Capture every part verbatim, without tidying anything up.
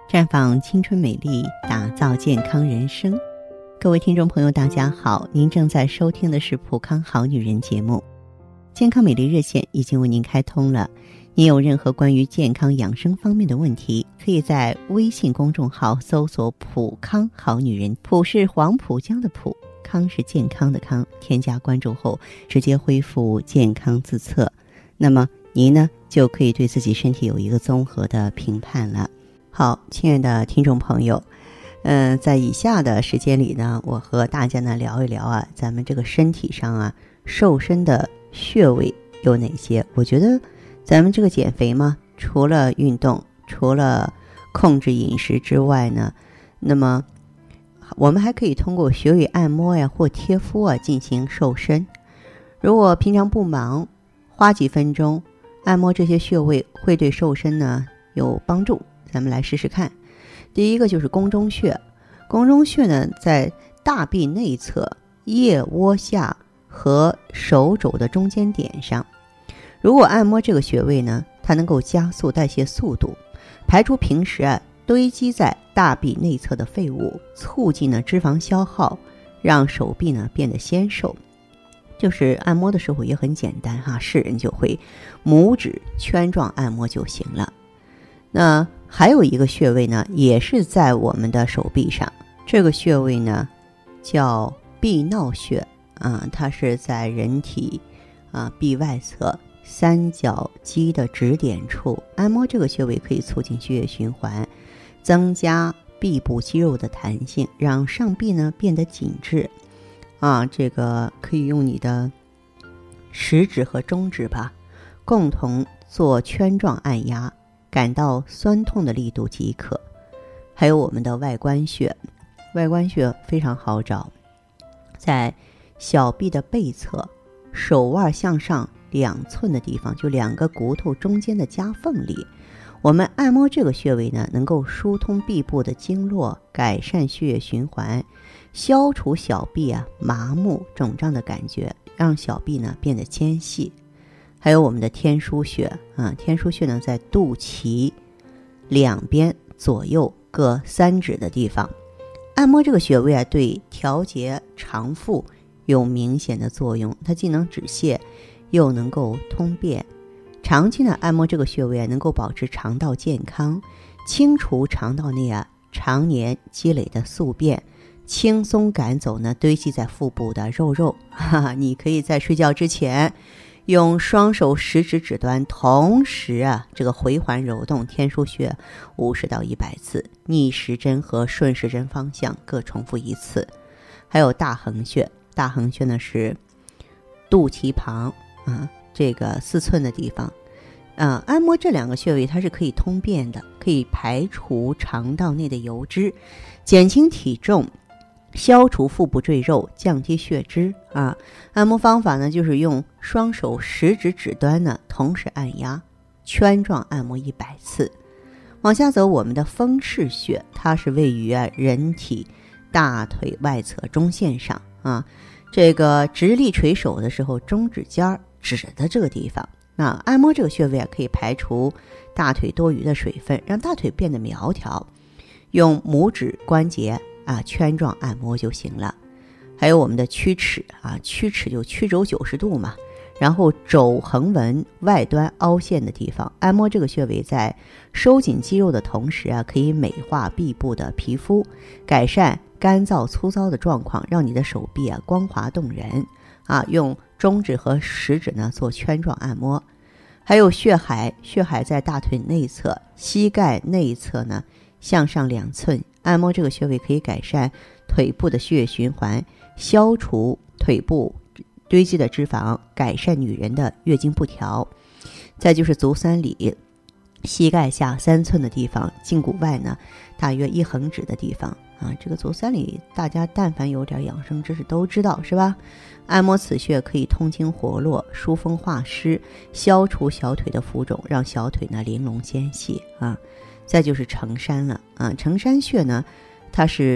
绽放青春美丽，打造健康人生。各位听众朋友大家好，您正在收听的是普康好女人节目。健康美丽热线已经为您开通了，您有任何关于健康养生方面的问题，可以在微信公众号搜索普康好女人，普是黄浦江的浦，康是健康的康，添加关注后直接恢复健康自测，那么您呢就可以对自己身体有一个综合的评判了。好，亲爱的听众朋友，嗯、呃，在以下的时间里呢，我和大家呢聊一聊啊，咱们这个身体上啊瘦身的穴位有哪些？我觉得咱们这个减肥嘛，除了运动，除了控制饮食之外呢，那么我们还可以通过穴位按摩呀或贴敷啊进行瘦身。如果平常不忙，花几分钟按摩这些穴位，会对瘦身呢有帮助。咱们来试试看。第一个就是宫中穴，宫中穴呢在大臂内侧腋窝下和手肘的中间点上。如果按摩这个穴位呢，它能够加速代谢速度，排除平时啊堆积在大臂内侧的废物，促进呢脂肪消耗，让手臂呢变得纤瘦。就是按摩的时候也很简单哈，是人就会拇指圈状按摩就行了。那还有一个穴位呢，也是在我们的手臂上，这个穴位呢叫臂闹穴啊，它是在人体啊臂外侧三角肌的指点处，按摩这个穴位可以促进血液循环，增加臂部肌肉的弹性，让上臂呢变得紧致啊。这个可以用你的食指和中指吧，共同做圈状按压，感到酸痛的力度即可。还有我们的外关穴，外关穴非常好找，在小臂的背侧手腕向上两寸的地方，就两个骨头中间的夹缝里，我们按摩这个穴位呢，能够疏通臂部的经络，改善血液循环，消除小臂啊麻木肿胀的感觉，让小臂呢变得纤细。还有我们的天枢穴啊，天枢穴呢在肚脐两边左右各三指的地方。按摩这个穴位啊，对调节肠腹有明显的作用，它既能止泻，又能够通便。长期呢按摩这个穴位啊，能够保持肠道健康，清除肠道内啊常年积累的宿便，轻松赶走呢堆积在腹部的肉肉。哈哈，你可以在睡觉之前用双手食指指端同时啊这个回环揉动天枢穴五十到一百次，逆时针和顺时针方向各重复一次。还有大横穴，大横穴呢是肚脐旁啊这个四寸的地方啊，按摩这两个穴位它是可以通便的，可以排除肠道内的油脂，减轻体重，消除腹部赘肉，降低血脂啊。按摩方法呢，就是用双手食指指端呢同时按压，圈状按摩一百次。往下走，我们的风市穴，它是位于啊人体大腿外侧中线上啊，这个直立垂手的时候，中指尖指的这个地方。那按摩这个穴位啊，可以排除大腿多余的水分，让大腿变得苗条。用拇指关节啊圈状按摩就行了。还有我们的曲尺啊，曲尺就曲肘九十度嘛，然后肘横纹外端凹陷的地方，按摩这个穴位，在收紧肌肉的同时啊，可以美化臂部的皮肤，改善干燥粗糙的状况，让你的手臂啊光滑动人啊。用中指和食指呢做圈状按摩。还有血海，血海在大腿内侧膝盖内侧呢向上两寸，按摩这个穴位可以改善腿部的血液循环，消除腿部堆积的脂肪，改善女人的月经不调。再就是足三里，膝盖下三寸的地方，胫骨外呢大约一横指的地方啊。这个足三里大家但凡有点养生知识都知道是吧？按摩此穴可以通经活络，疏风化湿，消除小腿的浮肿，让小腿呢玲珑纤细啊。再就是承山了啊，承山穴呢它是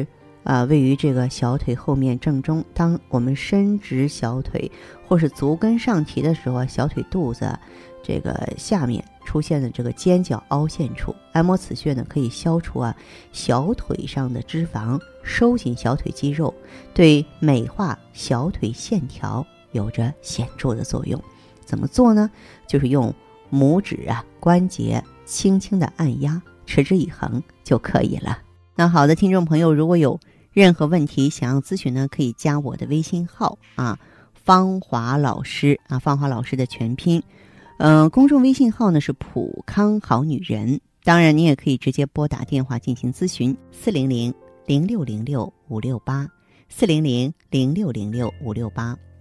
啊，位于这个小腿后面正中。当我们伸直小腿或是足跟上提的时候，小腿肚子这个下面出现的这个尖角凹陷处，按摩此穴呢，可以消除啊小腿上的脂肪，收紧小腿肌肉，对美化小腿线条有着显著的作用。怎么做呢？就是用拇指啊关节轻轻的按压，持之以恒就可以了。那好的，听众朋友，如果有任何问题想要咨询呢，可以加我的微信号啊，芳华老师啊，芳华老师的全拼。呃，公众微信号呢是普康好女人。当然，你也可以直接拨打电话进行咨询，四零零零六零六五六八，四零零零六零六五六八。